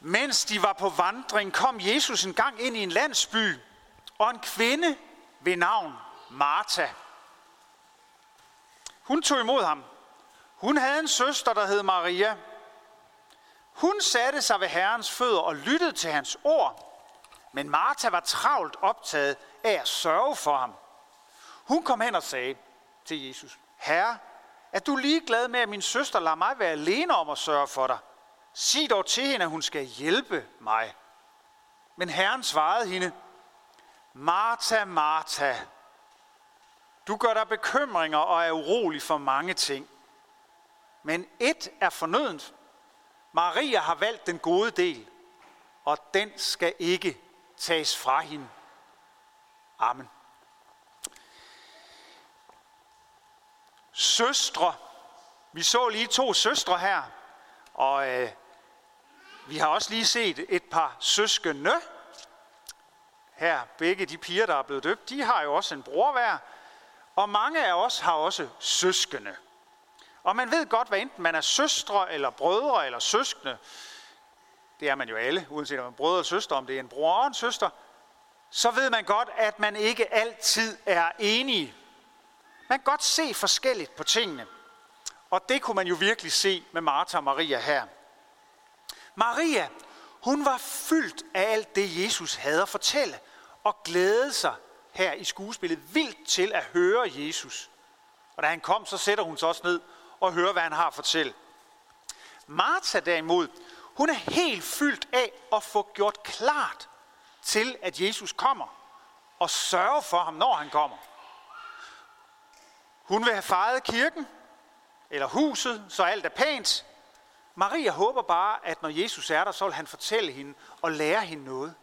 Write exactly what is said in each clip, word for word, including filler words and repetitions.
Mens de var på vandring, kom Jesus en gang ind i en landsby, og en kvinde ved navn Martha. Hun tog imod ham. Hun havde en søster, der hed Maria. Hun satte sig ved Herrens fødder og lyttede til hans ord, men Martha var travlt optaget af at sørge for ham. Hun kom hen og sagde til Jesus: Herre, er du ligeglad med, at min søster lader mig være alene om at sørge for dig? Sig dog til hende, at hun skal hjælpe mig. Men Herren svarede hende: Martha, Martha, du gør dig bekymringer og er urolig for mange ting. Men ét er fornødent. Maria har valgt den gode del, og den skal ikke tages fra hende. Amen. Søstre. Vi så lige to søstre her, og øh, vi har også lige set et par søskende. Her, begge de piger, der er blevet døbt, de har jo også en bror hver, og mange af os har også søskende. Og man ved godt, hvad enten man er søstre, eller brødre, eller søskende, det er man jo alle, uanset om man er brødre eller søster, om det er en bror og en søster, så ved man godt, at man ikke altid er enige. Man kan godt se forskelligt på tingene. Og det kunne man jo virkelig se med Martha og Maria her. Maria, hun var fyldt af alt det, Jesus havde at fortælle, og glædede sig her i skuespillet vildt til at høre Jesus. Og da han kom, så sætter hun sig også ned og hører, hvad han har at fortælle. Martha derimod, hun er helt fyldt af at få gjort klart til, at Jesus kommer, og sørge for ham, når han kommer. Hun vil have fejret kirken, eller huset, så alt er pænt. Maria håber bare, at når Jesus er der, så vil han fortælle hende og lære hende noget.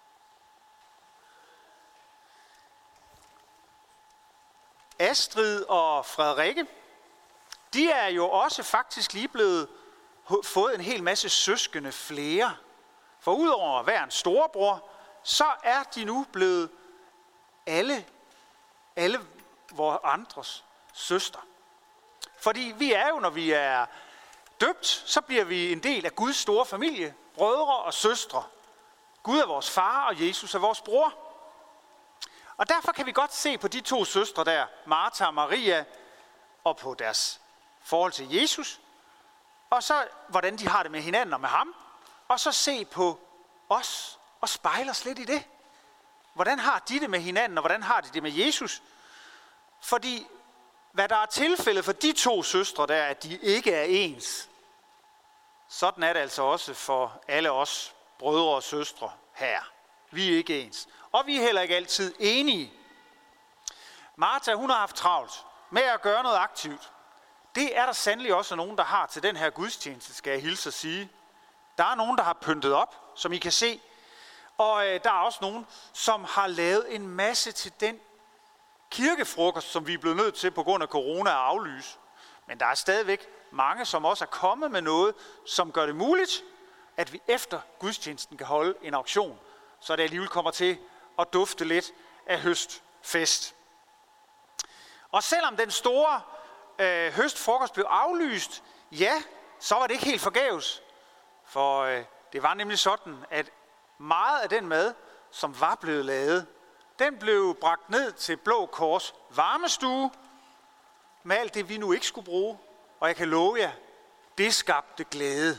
Astrid og Frederikke, de er jo også faktisk lige blevet fået en hel masse søskende flere. For udover at være en storebror, så er de nu blevet alle, alle vores andres søster. Fordi vi er jo, når vi er døbt, så bliver vi en del af Guds store familie, brødre og søstre. Gud er vores far, og Jesus er vores bror. Og derfor kan vi godt se på de to søstre der, Martha og Maria, og på deres forhold til Jesus, og så hvordan de har det med hinanden og med ham, og så se på os og spejle os lidt i det. Hvordan har de det med hinanden, og hvordan har de det med Jesus? Fordi hvad der er tilfældet for de to søstre der, at de ikke er ens, sådan er det altså også for alle os brødre og søstre her. Vi er ikke ens. Og vi er heller ikke altid enige. Martha, hun har haft travlt med at gøre noget aktivt. Det er der sandelig også nogen, der har til den her gudstjeneste, skal jeg hilse at sige. Der er nogen, der har pyntet op, som I kan se. Og øh, der er også nogen, som har lavet en masse til den kirkefrokost, som vi er blevet nødt til på grund af corona at aflyse. Men der er stadigvæk mange, som også er kommet med noget, som gør det muligt, at vi efter gudstjenesten kan holde en auktion, så det alligevel kommer til at dufte lidt af høstfest. Og selvom den store øh, høstfrokost blev aflyst, ja, så var det ikke helt forgæves. For øh, det var nemlig sådan, at meget af den mad, som var blevet lavet, den blev bragt ned til Blå Kors varmestue med alt det, vi nu ikke skulle bruge. Og jeg kan love jer, det skabte glæde.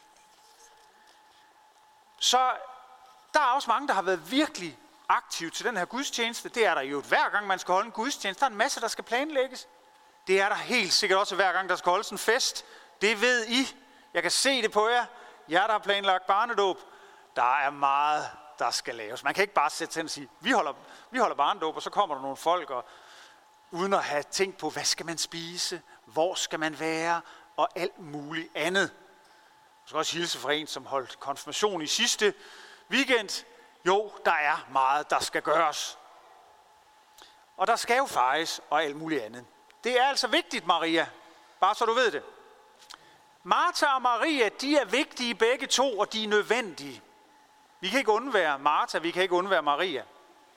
Så der er også mange, der har været virkelig aktive til den her gudstjeneste. Det er der jo hver gang, man skal holde en gudstjeneste. Der er en masse, der skal planlægges. Det er der helt sikkert også hver gang, der skal holdes en fest. Det ved I. Jeg kan se det på jer. Jer, der har planlagt barnedåb. Der er meget, der skal laves. Man kan ikke bare sætte sig hen og sige, vi holder, vi holder barnedåb, og så kommer der nogle folk, og uden at have tænkt på, hvad skal man spise, hvor skal man være, og alt muligt andet. Jeg skal også hilse fra en, som holdt konfirmation i sidste weekend. Jo, der er meget, der skal gøres. Og der skal jo fejres, og alt muligt andet. Det er altså vigtigt, Maria. Bare så du ved det. Martha og Maria, de er vigtige begge to, og de er nødvendige. Vi kan ikke undvære Martha, vi kan ikke undvære Maria.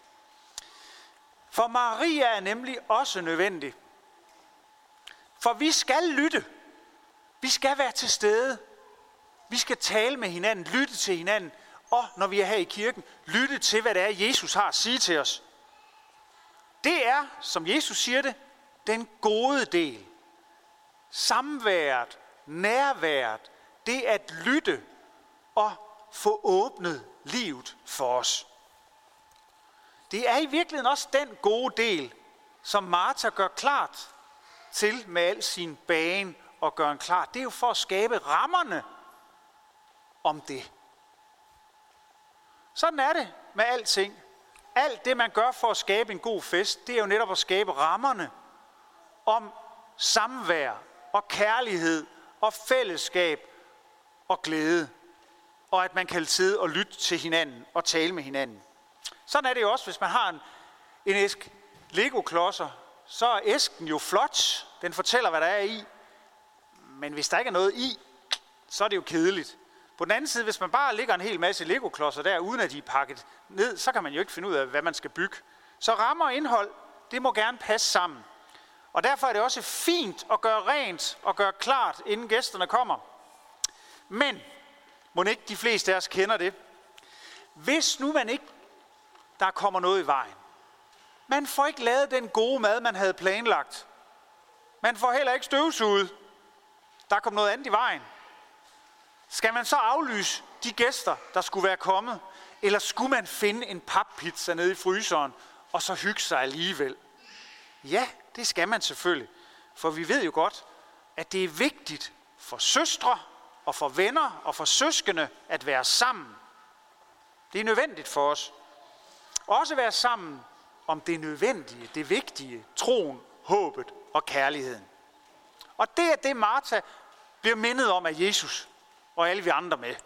For Maria er nemlig også nødvendig. For vi skal lytte. Vi skal være til stede. Vi skal tale med hinanden, lytte til hinanden, og når vi er her i kirken, lytte til, hvad det er, Jesus har at sige til os. Det er, som Jesus siger det, den gode del. Samværet, nærværet, det at lytte og få åbnet livet for os. Det er i virkeligheden også den gode del, som Martha gør klart til med al sin bane og gør en klar. Det er jo for at skabe rammerne om det. Sådan er det med alting. Alt det, man gør for at skabe en god fest, det er jo netop at skabe rammerne om samvær og kærlighed og fællesskab og glæde. Og at man kan sidde og lytte til hinanden og tale med hinanden. Sådan er det jo også, hvis man har en, en æsk Lego-klodser, så er æsken jo flot. Den fortæller, hvad der er i. Men hvis der ikke er noget i, så er det jo kedeligt. På den anden side, hvis man bare lægger en hel masse Lego-klodser der, uden at de er pakket ned, så kan man jo ikke finde ud af, hvad man skal bygge. Så rammer og indhold, det må gerne passe sammen. Og derfor er det også fint at gøre rent og gøre klart, inden gæsterne kommer. Men, må ikke de fleste af os kender det. Hvis nu man ikke, der kommer noget i vejen. Man får ikke lavet den gode mad, man havde planlagt. Man får heller ikke støvsuget. Der kom noget andet i vejen. Skal man så aflyse de gæster, der skulle være kommet? Eller skulle man finde en pappizza nede i fryseren, og så hygge sig alligevel? Ja, det skal man selvfølgelig. For vi ved jo godt, at det er vigtigt for søstre og for venner og for søskende at være sammen. Det er nødvendigt for os. Også være sammen om det nødvendige, det vigtige, troen, håbet og kærligheden. Og det er det, Martha bliver mindet om af Jesus og alle vi andre med.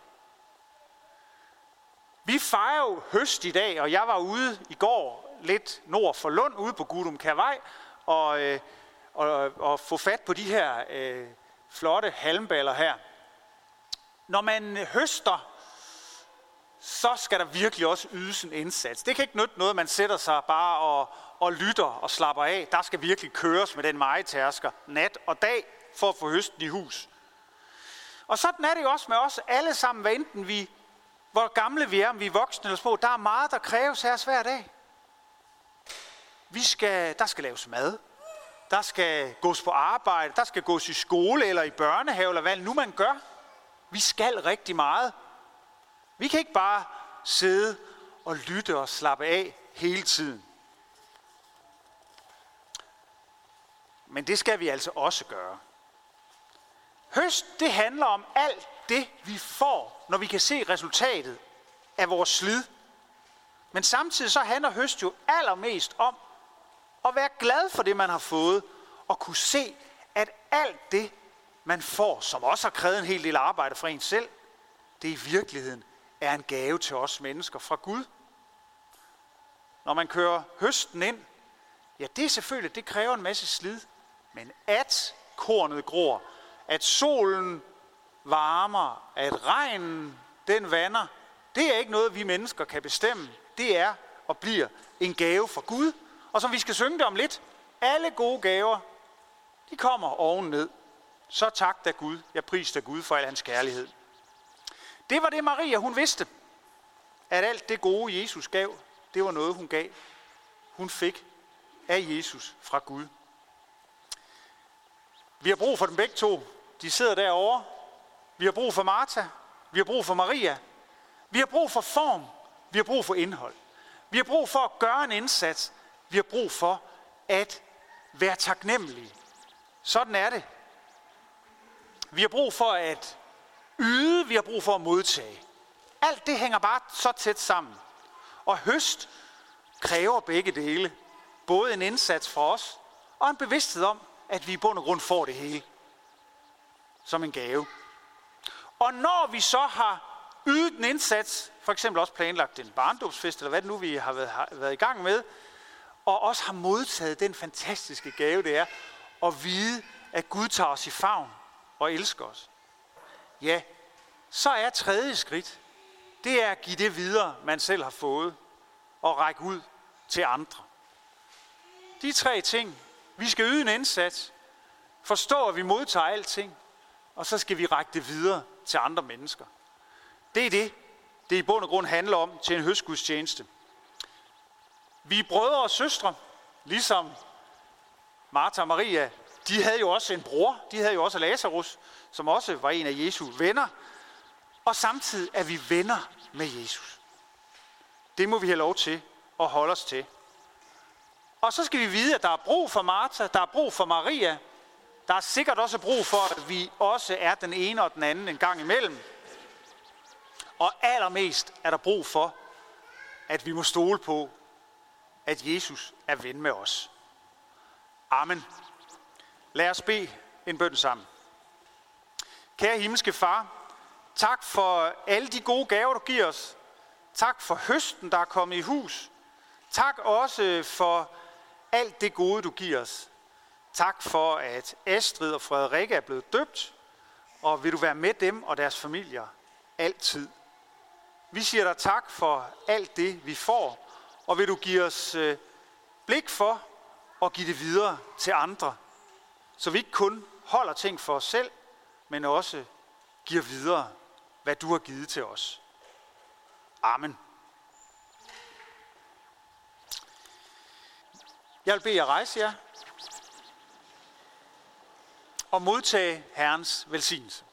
Vi fejrer jo høst i dag, og jeg var ude i går lidt nord for Lund, ude på Gudumkærvej, og, øh, og, og få fat på de her øh, flotte halmballer her. Når man høster, så skal der virkelig også ydes en indsats. Det kan ikke nytte noget, man sætter sig bare og, og lytter og slapper af. Der skal virkelig køres med den mejetærsker nat og dag for at få høsten i hus. Og sådan er det jo også med os alle sammen, hvad enten vi, hvor gamle vi er, om vi er voksne eller små. Der er meget, der kræves af os hver dag. Vi skal, der skal laves mad. Der skal gås på arbejde. Der skal gås i skole eller i børnehave, eller hvad nu man gør. Vi skal rigtig meget. Vi kan ikke bare sidde og lytte og slappe af hele tiden. Men det skal vi altså også gøre. Høst, det handler om alt det, vi får, når vi kan se resultatet af vores slid. Men samtidig så handler høst jo allermest om at være glad for det, man har fået, og kunne se, at alt det, man får, som også har krævet en hel del arbejde fra en selv, det i virkeligheden er en gave til os mennesker fra Gud. Når man kører høsten ind, ja, det er selvfølgelig, det kræver en masse slid. Men at kornet gror, at solen varmer, at regnen den vander, det er ikke noget, vi mennesker kan bestemme. Det er og bliver en gave fra Gud. Og som vi skal synge det om lidt, alle gode gaver, de kommer ovenned. Så tak da Gud, jeg priser Gud for al hans kærlighed. Det var det Maria, hun vidste, at alt det gode Jesus gav, det var noget hun gav. Hun fik af Jesus fra Gud. Vi har brug for dem begge to. De sidder derovre. Vi har brug for Martha. Vi har brug for Maria. Vi har brug for form. Vi har brug for indhold. Vi har brug for at gøre en indsats. Vi har brug for at være taknemmelige. Sådan er det. Vi har brug for at yde. Vi har brug for at modtage. Alt det hænger bare så tæt sammen. Og høst kræver begge dele. Både en indsats fra os og en bevidsthed om, at vi i bund og grund får det hele som en gave. Og når vi så har ydet en indsats, for eksempel også planlagt en barndåbsfest, eller hvad det nu vi har været, har været i gang med, og også har modtaget den fantastiske gave, det er at vide, at Gud tager os i favn og elsker os. Ja, så er tredje skridt, det er at give det videre, man selv har fået, og række ud til andre. De tre ting. Vi skal yde en indsats, forstå, at vi modtager alting, og så skal vi række det videre til andre mennesker. Det er det, det i bund og grund handler om til en høstgudstjeneste. Vi er brødre og søstre, ligesom Martha og Maria. De havde jo også en bror, de havde jo også Lazarus, som også var en af Jesu venner. Og samtidig er vi venner med Jesus. Det må vi have lov til at holde os til. Og så skal vi vide, at der er brug for Martha, der er brug for Maria. Der er sikkert også brug for, at vi også er den ene og den anden en gang imellem. Og allermest er der brug for, at vi må stole på, at Jesus er ven med os. Amen. Lad os bede en bøn sammen. Kære himmelske far, tak for alle de gode gaver, du giver os. Tak for høsten, der er kommet i hus. Tak også for alt det gode, du giver os. Tak for, at Astrid og Frederikke er blevet døbt, og vil du være med dem og deres familier altid. Vi siger dig tak for alt det, vi får, og vil du give os øh, blik for og give det videre til andre, så vi ikke kun holder ting for os selv, men også giver videre, hvad du har givet til os. Amen. Jeg vil bede jer rejse jer og modtage Herrens velsignelse.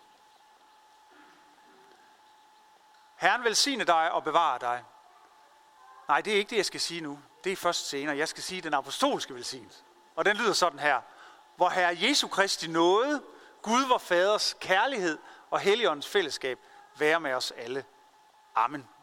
Herren velsigne dig og bevare dig. Nej, det er ikke det, jeg skal sige nu. Det er først senere. Jeg skal sige den apostolske velsignelse. Og den lyder sådan her. Hvor Herre Jesu Kristi nåde, Gud vor Faders kærlighed og Helligåndens fællesskab være med os alle. Amen.